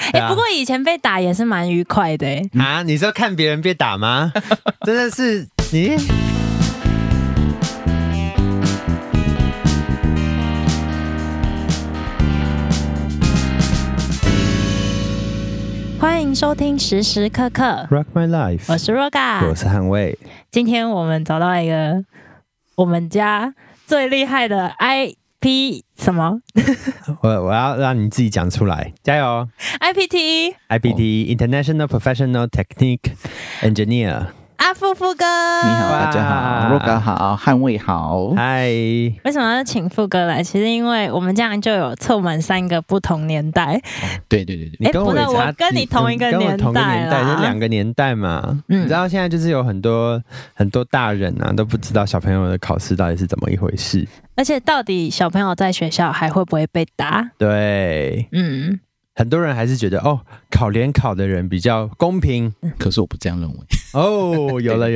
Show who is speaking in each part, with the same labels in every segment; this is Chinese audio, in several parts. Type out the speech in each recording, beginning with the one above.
Speaker 1: 不过以前被打也是蛮愉快的
Speaker 2: 啊！你说看别人被打吗？真的是你。
Speaker 1: 欢迎收听时时刻刻
Speaker 2: Rock My Life，
Speaker 1: 我是 Roga，
Speaker 2: 我是汉卫。
Speaker 1: 今天我们找到一个我们家最厉害的 IP 什么？
Speaker 2: 我要让你自己讲出来，加油
Speaker 1: ！IPT
Speaker 2: International Professional Technique Engineer。
Speaker 1: 阿富哥，
Speaker 3: 你好，大家好 ，Roga 好，汉卫好，
Speaker 2: 嗨。
Speaker 1: 为什么要请富哥来？其实因为我们这样就有凑满3个不同年代。
Speaker 3: 对，
Speaker 2: 你跟我也差，
Speaker 1: 我跟你同一个年代啦，
Speaker 2: 就2个年代嘛。你知道现在就是有很多大人啊都不知道小朋友的考试到底是怎么一回事，
Speaker 1: 而且到底小朋友在学校还会不会被打？
Speaker 2: 对，很多人还是觉得考联考的人比较公平，
Speaker 3: 可是我不这样认为。
Speaker 2: 有了，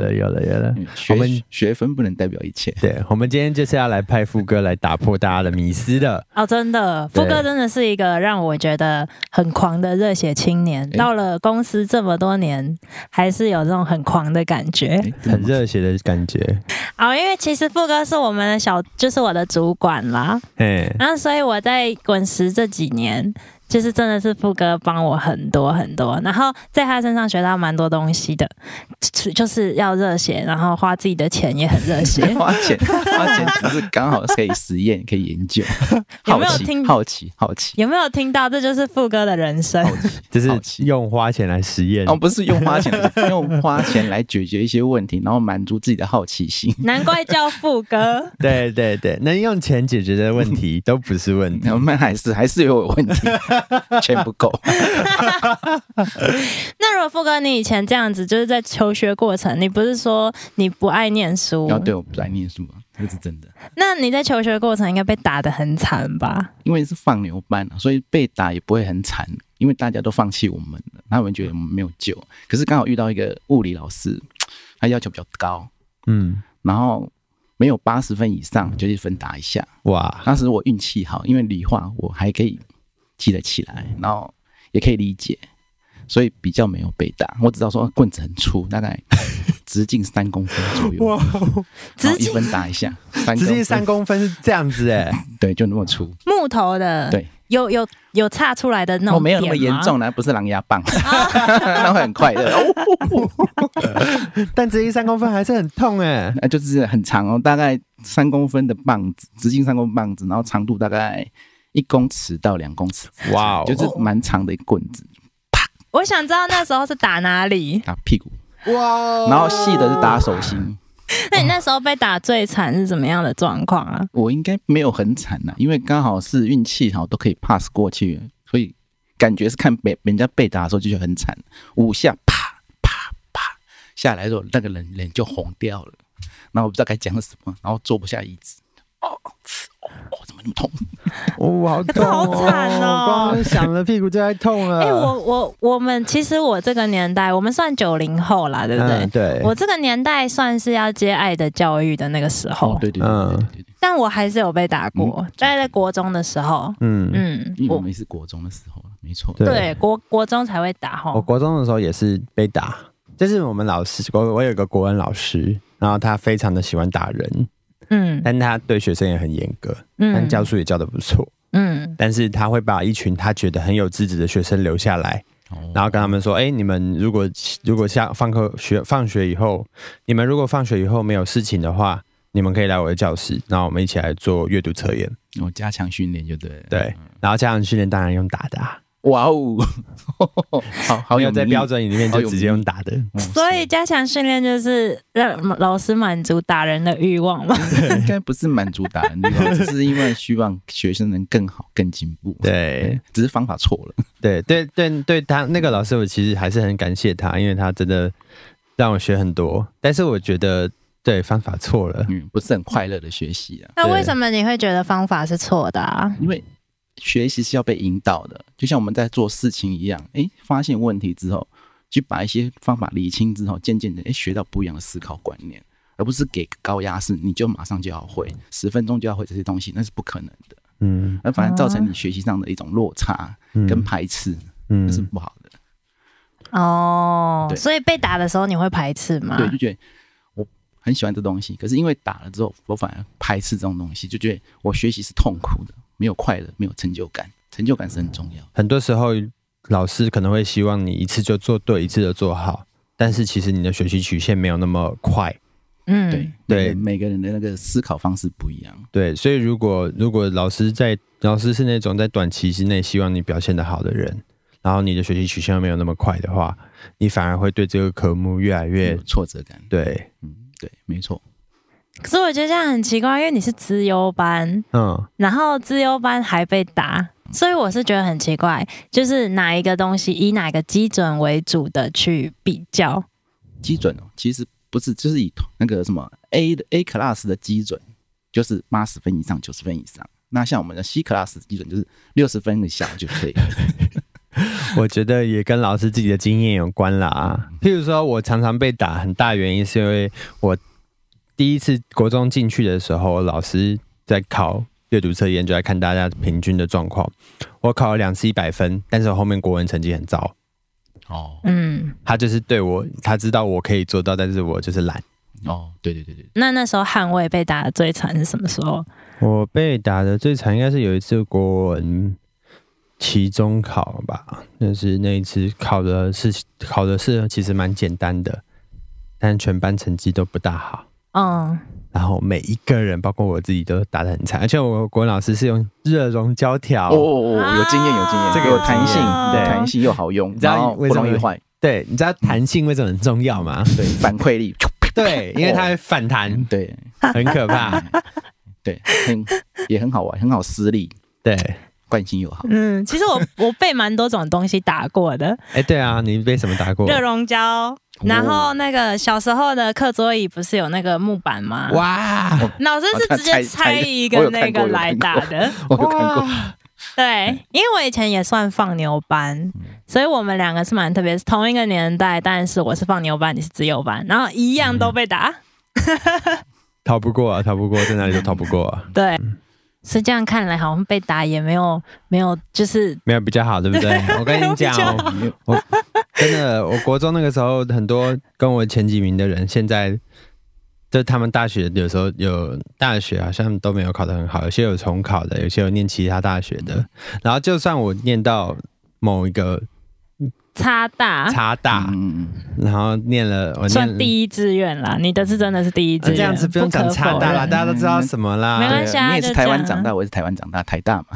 Speaker 3: 学分不能代表一切。
Speaker 2: 对，我们今天就是要来派富哥来打破大家的迷思的。
Speaker 1: 真的，富哥真的是一个让我觉得很狂的热血青年。到了公司这么多年，还是有这种很狂的感觉，
Speaker 2: 很热血的感觉。
Speaker 1: 因为其实富哥是我们的就是我的主管啦。然后所以我在滚石这几年。就是真的是富哥帮我很多很多，然后在他身上学到蛮多东西的，就是要热血，然后花自己的钱也很热血。
Speaker 3: 花钱只是刚好可以实验，可以研究。
Speaker 1: 有没有听
Speaker 3: 好奇？
Speaker 1: 有没有听到？这就是富哥的人生，
Speaker 2: 就是用花钱来实验。
Speaker 3: 不是用花钱，用花钱来解决一些问题，然后满足自己的好奇心。
Speaker 1: 难怪叫富哥。
Speaker 2: 对，能用钱解决的问题都不是问题。
Speaker 3: 我们还是有问题。钱不够。
Speaker 1: 那如果富哥你以前这样子，就是在求学过程，你不是说你不爱念书？
Speaker 3: 对，我不爱念书，这是真的。
Speaker 1: 那你在求学过程应该被打得很惨吧？
Speaker 3: 因为是放牛班所以被打也不会很惨，因为大家都放弃我们了，他们觉得我们没有救。可是刚好遇到一个物理老师，他要求比较高，然后没有80分以上就1分打一下。哇！当时我运气好，因为理化我还可以记得起来，然后也可以理解，所以比较没有被打。我只知道说棍子很粗，大概直径3公分左右，然后1分打一下，
Speaker 2: 直径3公分是这样子
Speaker 3: 对，就那么粗，
Speaker 1: 木头的，
Speaker 3: 对，
Speaker 1: 有岔出来的那种点吗？
Speaker 3: 没有那么严重不是狼牙棒，那会很快乐。
Speaker 2: 但直径3公分还是很痛
Speaker 3: 就是很长大概3公分的棒子，直径3公分棒子，然后长度大概1公尺到2公尺，哇，就是蛮长的一个棍子。啪！
Speaker 1: 我想知道那时候是打哪里？
Speaker 3: 打屁股。哇！然后细的是打手心。
Speaker 1: 那你那时候被打最惨是怎么样的状况啊？
Speaker 3: 我应该没有很惨因为刚好是运气好，都可以 pass 过去，所以感觉是看人家被打的时候就觉得很惨，5下啪啪啪下来的时候，那个人脸就红掉了，然后我不知道该讲什么，然后坐不下椅子。怎么那么痛？
Speaker 2: 好痛
Speaker 1: 好惨
Speaker 2: 光想了屁股就在痛了。
Speaker 1: 我们其实我这个年代，我们算90后啦，对不对？
Speaker 2: 对。我
Speaker 1: 这个年代算是要接爱的教育的那个时候。
Speaker 3: 对。
Speaker 1: 但我还是有被打过，大概在国中的时候。
Speaker 3: 因为我们也是国中的时候，没错。
Speaker 1: 对，国中才会打
Speaker 2: 我国中的时候也是被打，就是我们老师，我有一个国文老师，然后他非常的喜欢打人。但他对学生也很严格，但教书也教得不错，但是他会把一群他觉得很有资质的学生留下来，然后跟他们说，你们如果放学以后，你们如果放学以后没有事情的话，你们可以来我的教室，然后我们一起来做阅读测验，
Speaker 3: 加强训练就对了。
Speaker 2: 对，然后加强训练当然用打的
Speaker 3: 哇哦，好
Speaker 2: 没有在标准里面就直接用打的，
Speaker 1: 所以加强训练就是让老师满足打人的欲望嘛？
Speaker 3: 应该不是满足打人的欲望，只是因为希望学生能更好、更进步。
Speaker 2: 对，
Speaker 3: 只是方法错了。
Speaker 2: 对，他那个老师，我其实还是很感谢他，因为他真的让我学很多，但是我觉得对方法错了，
Speaker 3: 不是很快乐的学习
Speaker 1: 那为什么你会觉得方法是错的
Speaker 3: 因为学习是要被引导的，就像我们在做事情一样，发现问题之后，去把一些方法理清之后，渐渐的学到不一样的思考观念，而不是给高压式你就马上就要会，10分钟就要会这些东西，那是不可能的。而反而造成你学习上的一种落差跟排斥。 这是不好的。
Speaker 1: 所以被打的时候你会排斥吗？
Speaker 3: 对，就觉得我很喜欢这东西，可是因为打了之后，我反而排斥这种东西，就觉得我学习是痛苦的，没有快乐，没有成就感。成就感是很重要。
Speaker 2: 很多时候，老师可能会希望你一次就做对，一次就做好，但是其实你的学习曲线没有那么快。
Speaker 3: 对，每个人的那个思考方式不一样。
Speaker 2: 对，所以如果老师是那种在短期之内希望你表现得好的人，然后你的学习曲线没有那么快的话，你反而会对这个科目越来越
Speaker 3: 有挫折感。
Speaker 2: 对，
Speaker 3: 对，没错。
Speaker 1: 可是我觉得这样很奇怪，因为你是资优班，然后资优班还被打，所以我是觉得很奇怪，就是哪一个东西以哪个基准为主的去比较。
Speaker 3: 基准其实不是，就是以那个什么 A class 的基准就是80分以上、90分以上。那像我们的 C class 的基准就是60分以下就可以了。
Speaker 2: 我觉得也跟老师自己的经验有关啦。譬如说，我常常被打，很大原因是因为我第一次国中进去的时候，老师在考阅读测验，就在看大家平均的状况。我考了2次100分，但是我后面国文成绩很糟。他就是对我，他知道我可以做到，但是我就是懒。
Speaker 3: 对。
Speaker 1: 那时候汉卫被打的最惨是什么时候？
Speaker 2: 我被打的最惨应该是有一次国文期中考吧，就是那一次考的是其实蛮简单的，但全班成绩都不大好。然后每一个人，包括我自己，都打得很惨，而且我国文老师是用热熔胶条。
Speaker 3: 有经验，
Speaker 2: 这个
Speaker 3: 有弹性，对，弹性又好用，然后不容易坏。
Speaker 2: 对，你知道弹性为什么很重要吗？
Speaker 3: 对，反馈力。
Speaker 2: 对，因为它会反弹，
Speaker 3: 对，
Speaker 2: 很可怕。
Speaker 3: 对，也很好玩，很好施力。
Speaker 2: 对。
Speaker 3: 惯性又好。
Speaker 1: 其实我被蛮多种东西打过的。
Speaker 2: 对啊，你被什么打过？
Speaker 1: 热熔胶，然后那个小时候的课桌椅不是有那个木板吗？
Speaker 2: 哇，
Speaker 1: 老师是直接拆一个那个来打的。
Speaker 3: 我有看过。
Speaker 1: 对，因为我以前也算放牛班，所以我们两个是蛮特别，是同一个年代，但是我是放牛班，你是资优班，然后一样都被打。
Speaker 2: 逃不过啊，在哪里都逃不过啊。
Speaker 1: 对。是这样看来，好像被打也没有，就是
Speaker 2: 没有比较好，对不对？我跟你讲，我真的，我国中那个时候，很多跟我前几名的人，现在就他们大学有时候有大学好像都没有考得很好，有些有重考的，有些有念其他大学的。然后就算我念到某一个
Speaker 1: 差大，
Speaker 2: 然后念了
Speaker 1: 算第一志愿啦。你的是真的是第一志愿，
Speaker 2: 这样子不用讲差大啦，大家都知道什么啦。
Speaker 1: 没关系啊，
Speaker 3: 你也是台湾长大，我也是台湾长大，台大嘛。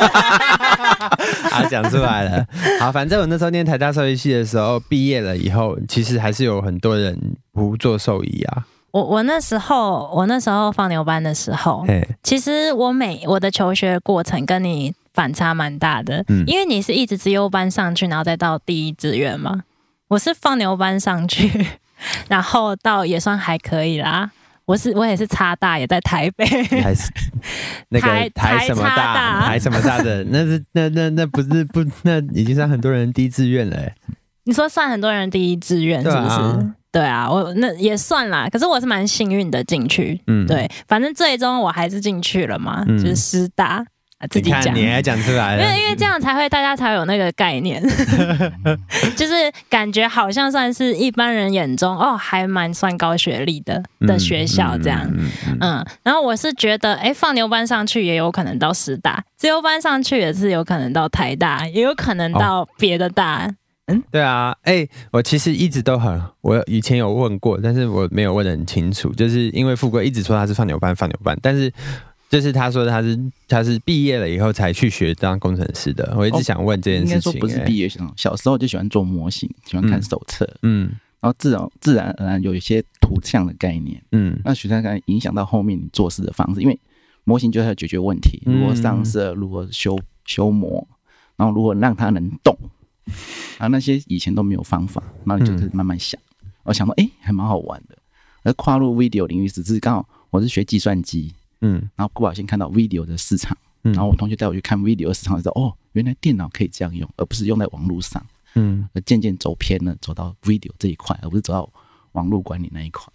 Speaker 2: 讲出来了。好，反正我那时候念台大兽医系的时候，毕业了以后，其实还是有很多人不做兽医啊。
Speaker 1: 我那时候放牛班的时候，其实我的求学过程跟你反差蛮大的，因为你是一直资优班上去，然后再到第一志愿嘛。我是放牛班上去，然后到也算还可以啦。我也是差大，也在台北，
Speaker 2: 还是那个台什么大，台什么大的，那不是那已经算很多人第一志愿了。
Speaker 1: 你说算很多人第一志愿是不是？对啊，我那也算啦，可是我是蛮幸运的进去，对，反正最终我还是进去了嘛，就是师大。自己讲，
Speaker 2: 你还讲出来了，
Speaker 1: 因为这样大家才有那个概念，就是感觉好像算是一般人眼中还蛮算高学历的学校这样，然后我是觉得，放牛班上去也有可能到师大，资优班上去也是有可能到台大，也有可能到别的大。
Speaker 2: 对啊，我其实一直都我以前有问过，但是我没有问得很清楚，就是因为富贵一直说他是放牛班，但是。就是他说他是毕业了以后才去学当工程师的，我一直想问这件事情。
Speaker 3: 应该说不是毕业学生，小时候就喜欢做模型，喜欢看手册，然后自然而然有一些图像的概念，那学生概影响到后面你做事的方式，因为模型就是要解决问题，如何上色，如何修模，然后如何让它能动，然后那些以前都没有方法，然后你就开始慢慢想，我想到还蛮好玩的，而跨入 video 领域只是刚好我是学计算机。然后不小心看到 video 的市场，然后我同学带我去看 video 的市场，知道原来电脑可以这样用，而不是用在网络上。而渐渐走偏了，走到 video 这一块，而不是走到网络管理那一块。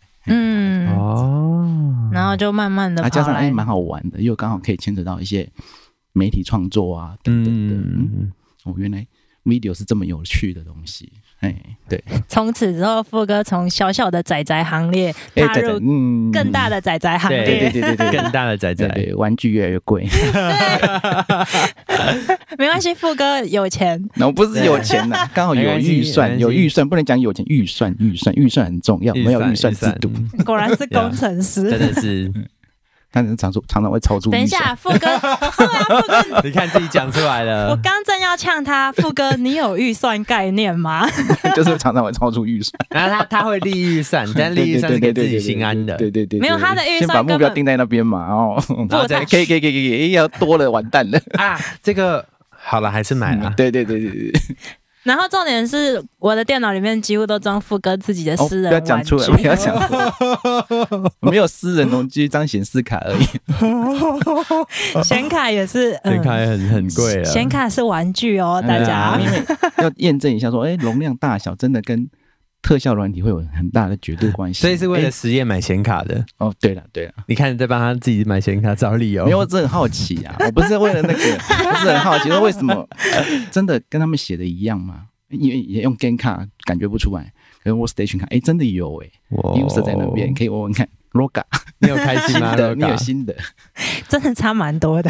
Speaker 1: 然后就慢慢的，
Speaker 3: 加上蛮好玩的，又刚好可以牵扯到一些媒体创作啊等等的。原来 video 是这么有趣的东西。对。
Speaker 1: 从此之后，富哥从小小的宅宅行列踏入更大的宅宅行列，
Speaker 3: 对，
Speaker 2: 更大的宅宅，
Speaker 3: 对，玩具越来越贵。
Speaker 1: 没关系，富哥有钱。
Speaker 3: 我不是有钱呐，刚好有预算，不能讲有钱，预算很重要，没有预算制度。
Speaker 1: 果然是工程师，
Speaker 2: 真的是。
Speaker 3: 但是常常会超出预算。
Speaker 1: 等一下，富哥，富哥，
Speaker 2: 你看自己讲出来了。
Speaker 1: 我刚正要呛他，富哥，你有预算概念吗？
Speaker 3: 就是常常会超出预算，
Speaker 2: 然后他会立预算，但立预算是给自己心安的。
Speaker 3: 对，
Speaker 1: 没有他的预算，
Speaker 3: 先把目标定在那边嘛，然后再可以，要多了完蛋了
Speaker 2: 啊！这个好了，还是买了。
Speaker 3: 对。
Speaker 1: 然后重点是我的电脑里面几乎都装富哥自己的私人玩具，
Speaker 3: 不要讲出来，不要讲出来，没有私人东西，张显示卡而已。
Speaker 1: 显卡也是，
Speaker 2: 显卡也很贵啊。
Speaker 1: 显卡是玩具哦，大家。
Speaker 3: 因为要验证一下说，容量大小真的跟特效软体会有很大的绝对关系，
Speaker 2: 所以是为了实验买显卡的。
Speaker 3: 对了，
Speaker 2: 你看你在帮他自己买显卡找理由。
Speaker 3: 没有，我真的很好奇啊，我不是为了那个，我是很好奇说为什么真的跟他们写的一样吗？因为也用 Game 卡感觉不出来，可是 Workstation 卡，真的有user 在那边，可以问问看。Roga，
Speaker 2: 你有开心吗？
Speaker 3: 你有新的，
Speaker 1: 真的差蛮多的。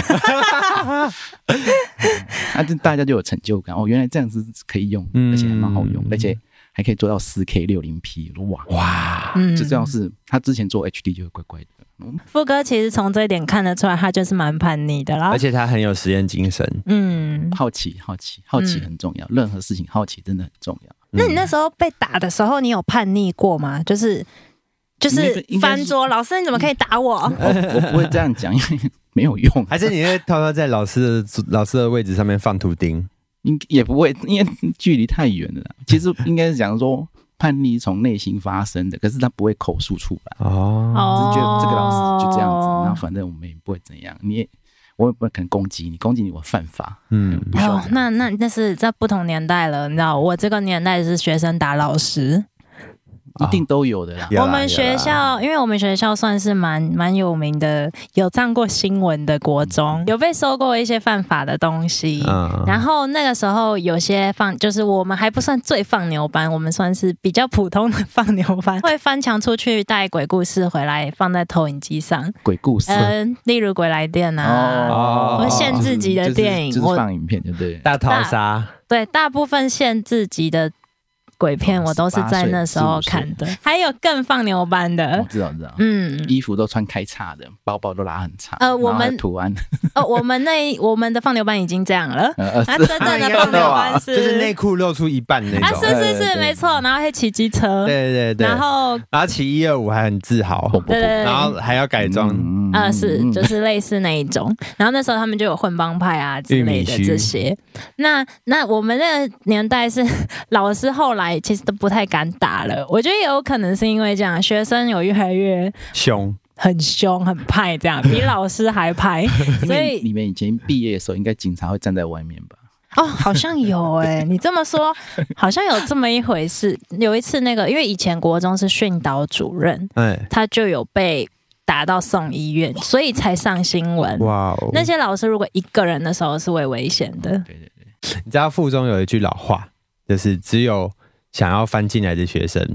Speaker 3: 大家就有成就感原来这样子可以用，而且还蛮好用，而且还可以做到 4K 60P， 哇！就这样是他之前做 HD 就会怪怪的。
Speaker 1: 富哥其实从这一点看得出来，他就是蛮叛逆的啦，
Speaker 2: 而且他很有实验精神。
Speaker 3: 好奇很重要，任何事情好奇真的很重要。
Speaker 1: 那你那时候被打的时候，你有叛逆过吗？就是翻桌，老师你怎么可以打我？
Speaker 3: 我不会这样讲，因为没有用。
Speaker 2: 还是你会偷偷在老师的位置上面放图钉？
Speaker 3: 也不会，因为距离太远了。其实应该是讲说叛逆从内心发生的，可是他不会口述出来。只是觉得这个老师就这样子，然后反正我们也不会怎样。我也不可能攻击你，我犯法。
Speaker 1: 那是在不同年代了，你知道，我这个年代是学生打老师。
Speaker 3: 一定都有的啦。
Speaker 1: 我们学校，因为我们学校算是蛮有名的，有上过新闻的国中，有被收过一些犯法的东西。然后那个时候有些就是我们还不算最放牛班，我们算是比较普通的放牛班，会翻墙出去带鬼故事回来放在投影机上。
Speaker 3: 鬼故事，
Speaker 1: 例如鬼来电啊，或限制级的电影，
Speaker 3: 就是放影片，对不对？
Speaker 2: 大逃杀，
Speaker 1: 对，大部分限制级的鬼片我都是在那时候看的，还有更放牛班的，
Speaker 3: 我知道，衣服都穿开叉的，包包都拉很长，
Speaker 1: 我们
Speaker 3: 图案，
Speaker 1: 我们的放牛班已经这样了，真正的放牛班是
Speaker 2: 就是内裤露出一半那种，
Speaker 1: 是没错，然后会骑机车，
Speaker 2: 对，
Speaker 1: 然后
Speaker 2: 骑125还很自豪，
Speaker 1: 对，
Speaker 2: 然后还要改装，
Speaker 1: 就是类似那一种，然后那时候他们就有混帮派啊之类的这些，那我们那个年代是老师后来其实都不太敢打了，我觉得也有可能是因为这样，学生有越来越
Speaker 2: 凶，
Speaker 1: 很凶，很派，这样比老师还派。所以
Speaker 3: 你们以前毕业的时候，应该警察会站在外面吧？
Speaker 1: 好像有你这么说，好像有这么一回事。有一次因为以前国中是训导主任，他就有被打到送医院，所以才上新闻。哇，那些老师如果一个人的时候是会危险的。
Speaker 3: 对，
Speaker 2: 你知道附中有一句老话，就是只有想要翻进来的学生，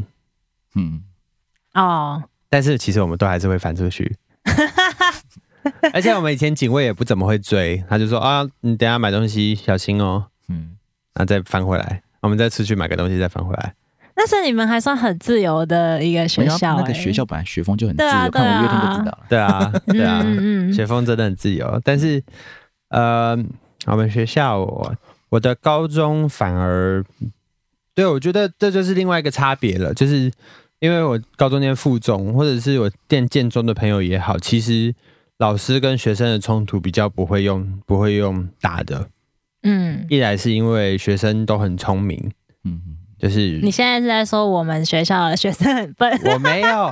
Speaker 2: 但是其实我们都还是会翻出去，而且我们以前警卫也不怎么会追，他就说你等一下买东西小心哦，然后再翻回来，我们再出去买个东西再翻回来。
Speaker 1: 但是你们还算很自由的一个学校，
Speaker 3: 那个学校本来学风就很自由，看5月天就知道了。
Speaker 2: 对啊，学风真的很自由，但是我们学校我的高中反而。对，我觉得这就是另外一个差别了，就是因为我高中念附中，或者是我念建中的朋友也好，其实老师跟学生的冲突比较不会用打的，一来是因为学生都很聪明，就是
Speaker 1: 你现在是在说我们学校的学生很笨？
Speaker 2: 我没有，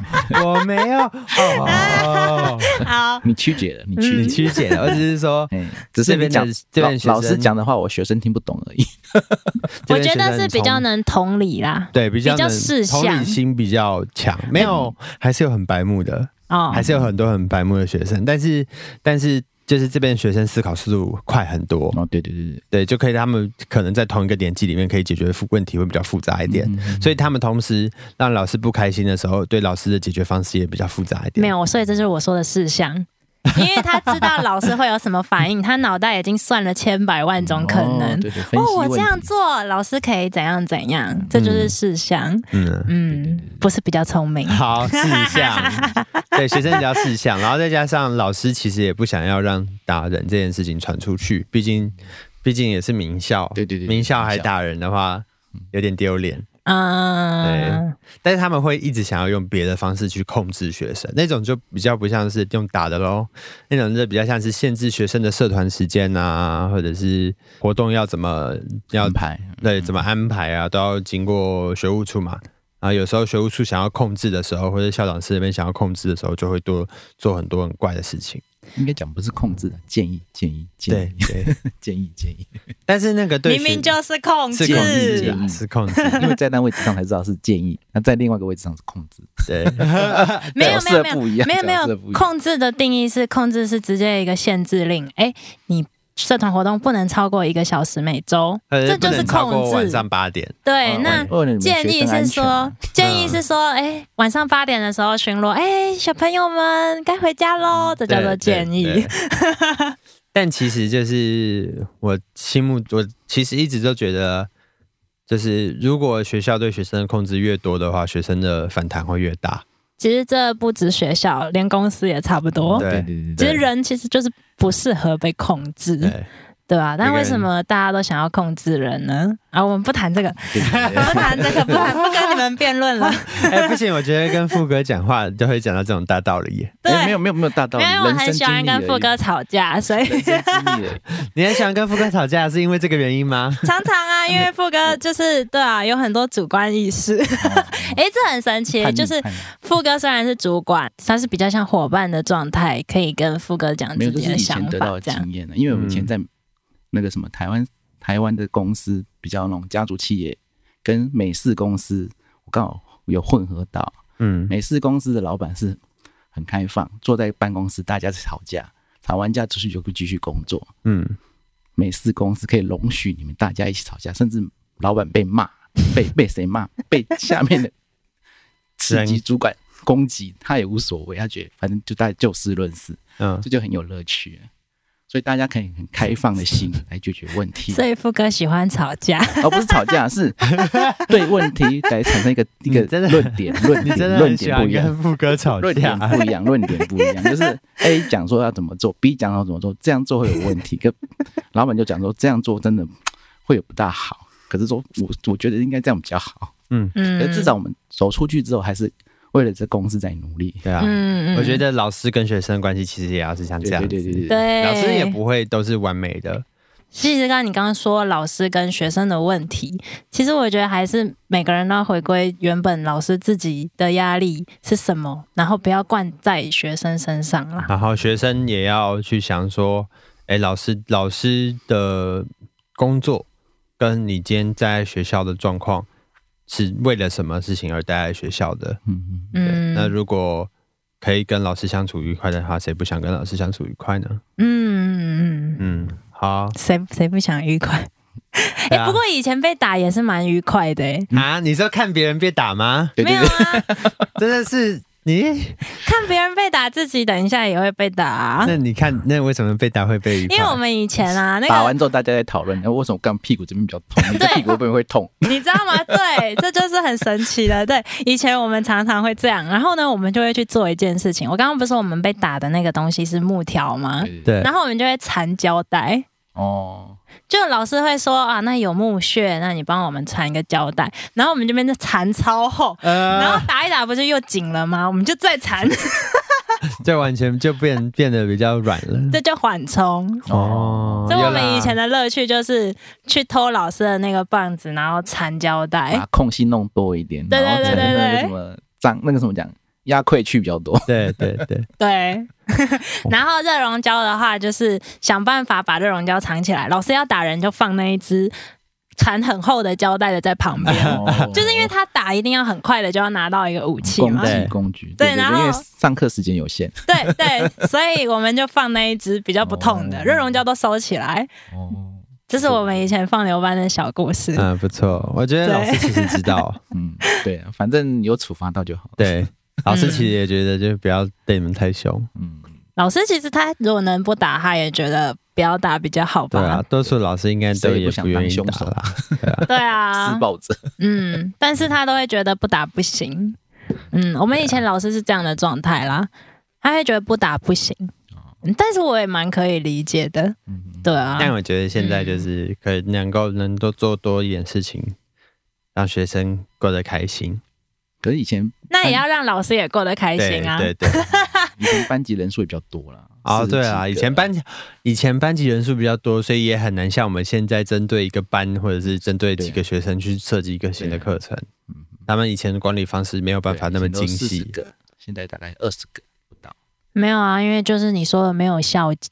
Speaker 1: 好，
Speaker 3: 你曲解了，
Speaker 2: 你曲解了，我只是说，
Speaker 3: 只是这边老师讲的话，我学生听不懂而已。
Speaker 1: 我觉得是比较能同理啦，
Speaker 2: 对，比较
Speaker 1: 识相，
Speaker 2: 同理心比较强。没有，还是有很白目的，还是有很多很白目的学生，但是就是这边学生思考速度快很多。对，就可以他们可能在同一个年纪里面可以解决问题会比较复杂一点，所以他们同时让老师不开心的时候，对老师的解决方式也比较复杂一点。
Speaker 1: 没有，所以这就是我说的事项。因为他知道老师会有什么反应，他脑袋已经算了千百万种可能。我这样做，老师可以怎样怎样，这就是事项。不是比较聪明。
Speaker 2: 好，事项，对，学生比较事项，然后再加上老师其实也不想要让打人这件事情传出去，毕竟也是名校，对，名校还打人的话，有点丢脸。对，但是他们会一直想要用别的方式去控制学生，那种就比较不像是用打的咯，那种就比较像是限制学生的社团时间啊，或者是活动要怎么安排，对，怎么安排啊，都要经过学务处嘛。然后有时候学务处想要控制的时候，或者校长室那边想要控制的时候，就会多做很多很怪的事情。
Speaker 3: 应该讲不是控制的，建议，
Speaker 2: 对
Speaker 3: 建议。
Speaker 2: 但是那个对
Speaker 1: 明明就是控制，
Speaker 2: 是控制，
Speaker 3: 因为在那位置上才知道是建议，那在另外一个位置上是控制。
Speaker 2: 对，
Speaker 1: 没有，控制的定义是控制是直接一个限制令，你社团活动不能超过1个小时每周，这就是控制。
Speaker 2: 晚上8点。
Speaker 1: 对，那建议是说，晚上8点的时候巡逻，小朋友们该回家咯，这叫做建议。
Speaker 2: 但其实就是我其实一直都觉得，就是如果学校对学生的控制越多的话，学生的反弹会越大。
Speaker 1: 其实这不止学校，连公司也差不多。
Speaker 2: 对，
Speaker 1: 其实人其实就是不适合被控制，对吧？但为什么大家都想要控制人呢？我们不谈这个，不跟你们辩论了。
Speaker 2: 不行，我觉得跟富哥讲话就会讲到这种大道理。
Speaker 3: 没有大道理。
Speaker 1: 因为我很喜欢跟富哥吵架，所以
Speaker 2: 你很喜欢跟富哥吵架，是因为这个原因吗？
Speaker 1: 常常啊，因为富哥就是对啊，有很多主观意识。这很神奇，就是富哥虽然是主管，他是比较像伙伴的状态，可以跟富哥讲自己的想法。
Speaker 3: 得到的经验因为我们以前在那个什么台湾的公司比较那种家族企业，跟美式公司我刚好有混合到。美式公司的老板是很开放，坐在办公室大家吵架，吵完架出去就继续工作。美式公司可以容许你们大家一起吵架，甚至老板被骂，被谁骂，被下面的次级主管攻击，他也无所谓，他觉得反正就大家就事论事，这就很有乐趣。所以大家可以很开放的心来解决问题。
Speaker 1: 所以富哥喜欢吵架，
Speaker 3: 不是吵架，是对问题来产生一个论点不一样。
Speaker 2: 富哥吵架，
Speaker 3: 论点不一样，就是 A 讲说要怎么做 ，B 讲要怎么做，这样做会有问题。跟老板就讲说这样做真的会有不大好，可是说我觉得应该这样比较好。可是至少我们走出去之后还是为了这公司在努力。
Speaker 2: 对啊，我觉得老师跟学生的关系其实也要是像这样子。
Speaker 1: 对，
Speaker 2: 老师也不会都是完美的。
Speaker 1: 其实你刚刚说老师跟学生的问题，其实我觉得还是每个人都要回归原本老师自己的压力是什么，然后不要灌在学生身上啦。
Speaker 2: 然后学生也要去想说，老师的工作跟你今天在学校的状况是为了什么事情而待在学校的。那如果可以跟老师相处愉快的话，谁不想跟老师相处愉快呢？好，
Speaker 1: 谁不想愉快？不过以前被打也是蛮愉快的。
Speaker 2: 你说看别人被打吗？
Speaker 1: 没有啊，
Speaker 2: 真的是你
Speaker 1: 看别人被打，自己等一下也会被打。
Speaker 2: 那你看，那为什么被打会被愉快？
Speaker 1: 因为我们以前
Speaker 3: 打完之后大家在讨论，为什么刚屁股这边比较痛？你的屁股会不会痛？
Speaker 1: 你知道吗？对，这就是很神奇的。对，以前我们常常会这样，然后呢，我们就会去做一件事情。我刚刚不是说我们被打的那个东西是木条吗？
Speaker 2: 对。
Speaker 1: 然后我们就会缠胶带。就老师会说那有木屑，那你帮我们缠一个胶带，然后我们这边就缠超厚，然后打一打不是又紧了吗？我们就再缠，
Speaker 2: 就完全就变得比较软了，
Speaker 1: 这就缓冲。所以我们以前的乐趣就是去偷老师的那个棒子，然后缠胶带，
Speaker 3: 把空隙弄多一点，
Speaker 1: 对，
Speaker 3: 什么那个什么讲压溃去比较多，
Speaker 2: 对。
Speaker 1: 然后热熔胶的话，就是想办法把热熔胶藏起来。老师要打人就放那一只缠很厚的胶带的在旁边，就是因为他打一定要很快的就要拿到一个武器嘛，
Speaker 3: 工具，
Speaker 1: 对，然后
Speaker 3: 因为上课时间有限，
Speaker 1: 对，所以我们就放那一支比较不痛的，热熔胶都收起来。这是我们以前放牛班的小故事。
Speaker 2: 不错，我觉得老师其实知道，
Speaker 3: 对，反正有处罚到就好。
Speaker 2: 对，老师其实也觉得就不要对你们太凶。
Speaker 1: 老师其实他如果能不打，他也觉得不要打比较好吧。
Speaker 2: 对啊，多数老师应该都也不愿意打啦。
Speaker 1: 对啊，
Speaker 3: 施暴者。
Speaker 1: 但是他都会觉得不打不行。我们以前老师是这样的状态啦，他会觉得不打不行。但是我也蛮可以理解的。对啊。
Speaker 2: 但我觉得现在就是可能够做多一点事情，让学生过得开心。
Speaker 3: 可是以前
Speaker 1: 那也要让老师也过得开心啊。
Speaker 2: 对。
Speaker 3: 以前班级人数也比较多啦。
Speaker 2: 对啊，以前班级人数比较多，所以也很难像我们现在针对一个班或者是针对几个学生去设计一个新的课程。他们以前的管理方式没有办法那么精细。
Speaker 3: 现在大概20个不到。
Speaker 1: 没有啊，因为就是你说的没有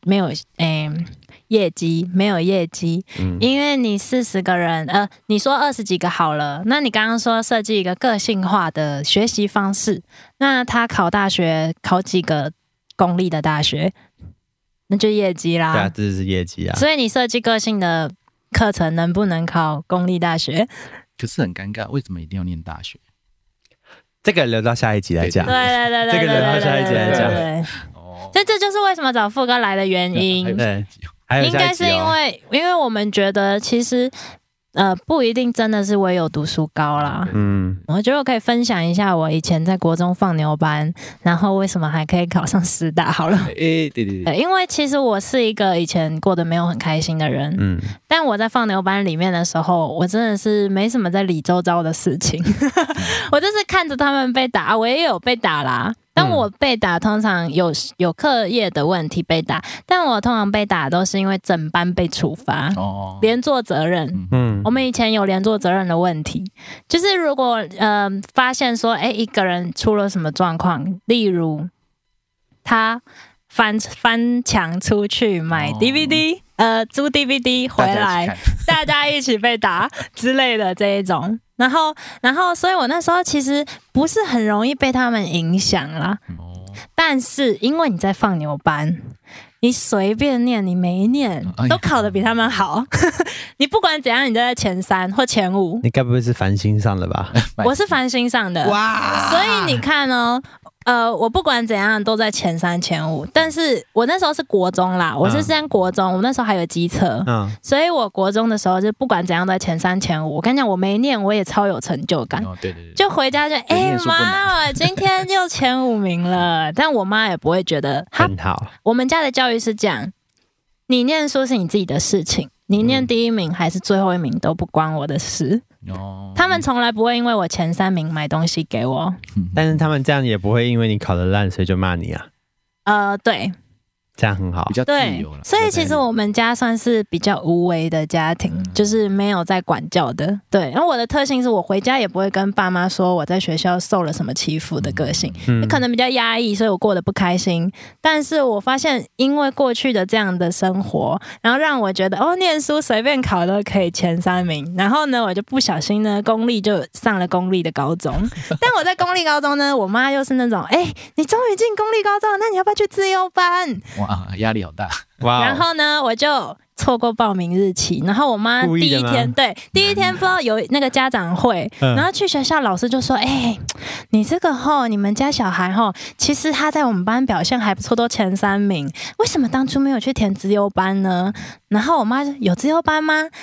Speaker 1: 业绩，没有业绩，因为你40个人，你说20几个好了，那你刚刚说设计一个个性化的学习方式，那他考大学考几个公立的大学，那就业绩啦。
Speaker 2: 对啊，这是业绩啊。
Speaker 1: 所以你设计个性的课程能不能考公立大学？
Speaker 3: 可是很尴尬，为什么一定要念大学？
Speaker 2: 这个留到下一集来讲。
Speaker 1: 对，这个
Speaker 2: 留到下一集来讲。
Speaker 1: 所以这就是为什么找富哥来的原因。
Speaker 2: 对。
Speaker 1: 应该是因为我们觉得其实不一定真的是唯有读书高啦。我觉得我可以分享一下我以前在国中放牛班，然后为什么还可以考上师大好了。对，因为其实我是一个以前过得没有很开心的人。但我在放牛班里面的时候，我真的是没什么在理周遭的事情。我就是看着他们被打，我也有被打啦。但我被打通常有课业的问题被打，但我通常被打都是因为整班被处罚，连坐责任。我们以前有连坐责任的问题，就是如果发现说一个人出了什么状况，例如他翻墙出去买 DVD，租 DVD 回来，大家一起被打之类的这一种。然后，所以我那时候其实不是很容易被他们影响啦。但是因为你在放牛班，你随便念，你没念都考得比他们好。你不管怎样，你都在前3或前5。
Speaker 2: 你该不会是繁星上的吧？
Speaker 1: 我是繁星上的。哇！所以你看哦。我不管怎样都在前3、前5，但是我那时候是国中啦，我是先国中，我那时候还有机测，所以我国中的时候就不管怎样都在前3、前5。我跟你讲，我没念，我也超有成就感。
Speaker 3: 对，
Speaker 1: 就回家就妈，今天又前5名了，但我妈也不会觉得
Speaker 2: 很好。
Speaker 1: 我们家的教育是这样，你念书是你自己的事情，你念第1名还是最后1名都不关我的事。他们从来不会因为我前3名买东西给我，
Speaker 2: 但是他们这样也不会因为你考得烂所以就骂你啊。
Speaker 1: 对，
Speaker 2: 这样很好，
Speaker 3: 比较自由了。
Speaker 1: 所以其实我们家算是比较无为的家庭，就是没有在管教的。对，然后我的特性是我回家也不会跟爸妈说我在学校受了什么欺负的个性，可能比较压抑，所以我过得不开心。但是我发现，因为过去的这样的生活，然后让我觉得念书随便考都可以前3名。然后呢，我就不小心呢，公立就上了公立的高中。但我在公立高中呢，我妈又是那种，你终于进公立高中，那你要不要去自由班？
Speaker 3: 哇，压力好大！
Speaker 2: 哇！
Speaker 1: 然后呢，我就错过报名日期，然后我妈第一天不知道有那个家长会，然后去学校老师就说：“你这个你们家小孩其实他在我们班表现还不错，都前3名，为什么当初没有去填资优班呢？”然后我妈就有资优班吗？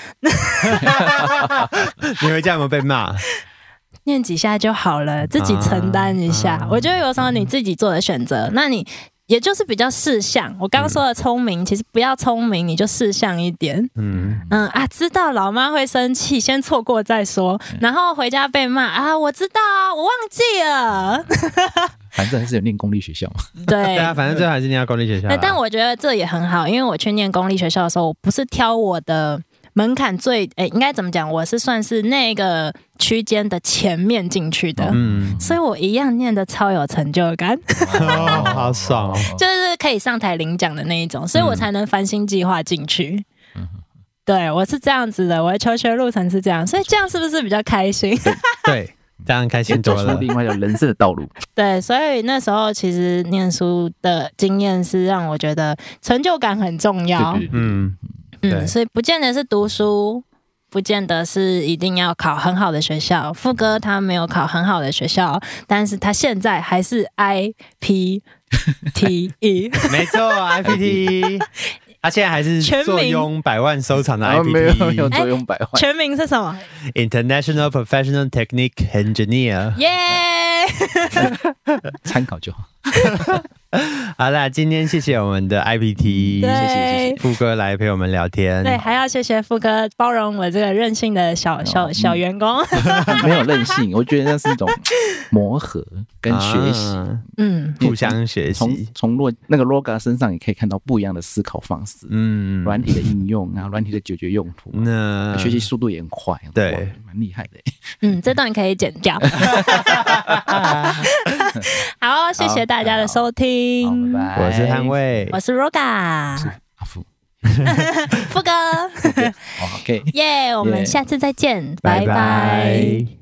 Speaker 2: 你回家有没有被骂？
Speaker 1: 念几下就好了，自己承担一下。我觉得有时候你自己做的选择，那你也就是比较识相。我刚刚说的聪明，其实不要聪明，你就识相一点。知道老妈会生气，先错过再说。然后回家被骂我知道啊，我忘记了。
Speaker 3: 反正还是有念公立学校嘛。
Speaker 1: 对
Speaker 2: 啊，反正最后还是念公立学校。
Speaker 1: 但我觉得这也很好，因为我去念公立学校的时候，我不是挑我的门槛应该怎么讲？我是算是那个区间的前面进去的，所以我一样念的超有成就感，
Speaker 2: 好爽哦！
Speaker 1: 就是可以上台领奖的那一种，所以我才能繁星计划进去。 对，我是这样子的，我的求学路程是这样，所以这样是不是比较开心？
Speaker 2: 对，这样开心多了，
Speaker 3: 走出另外一条人生的道路。
Speaker 1: 对，所以那时候其实念书的经验是让我觉得成就感很重要。对，所以不见得是读书，不见得是一定要考很好的学校。富哥他没有考很好的学校，但是他现在还是 IPTE，
Speaker 2: 没错 ，IPTE。他现在还是坐拥100万收藏的 IPTE，
Speaker 3: 没有坐拥100万。
Speaker 1: 全名是什么
Speaker 2: ？International Professional Technique Engineer。
Speaker 1: 耶！
Speaker 3: 参考就好。
Speaker 2: 好啦，今天谢谢我们的 IPTE， 谢谢富哥来陪我们聊天。
Speaker 1: 对，还要谢谢富哥包容我这个任性的小员工。
Speaker 3: 没有任性，我觉得那是一种磨合跟学习，
Speaker 2: 互相学习。
Speaker 3: 从那个 Roga 身上也可以看到不一样的思考方式，软体的应用啊，软体的解决用途，那学习速度也很快，
Speaker 2: 对，
Speaker 3: 蛮厉害的。
Speaker 1: 这段可以剪掉。好，谢谢大家的收听。
Speaker 3: 拜拜。
Speaker 2: 我是汉卫，
Speaker 1: 我是 Roga，
Speaker 3: 阿富，
Speaker 1: 富哥。
Speaker 3: OK，
Speaker 1: 耶，我们下次再见，拜拜。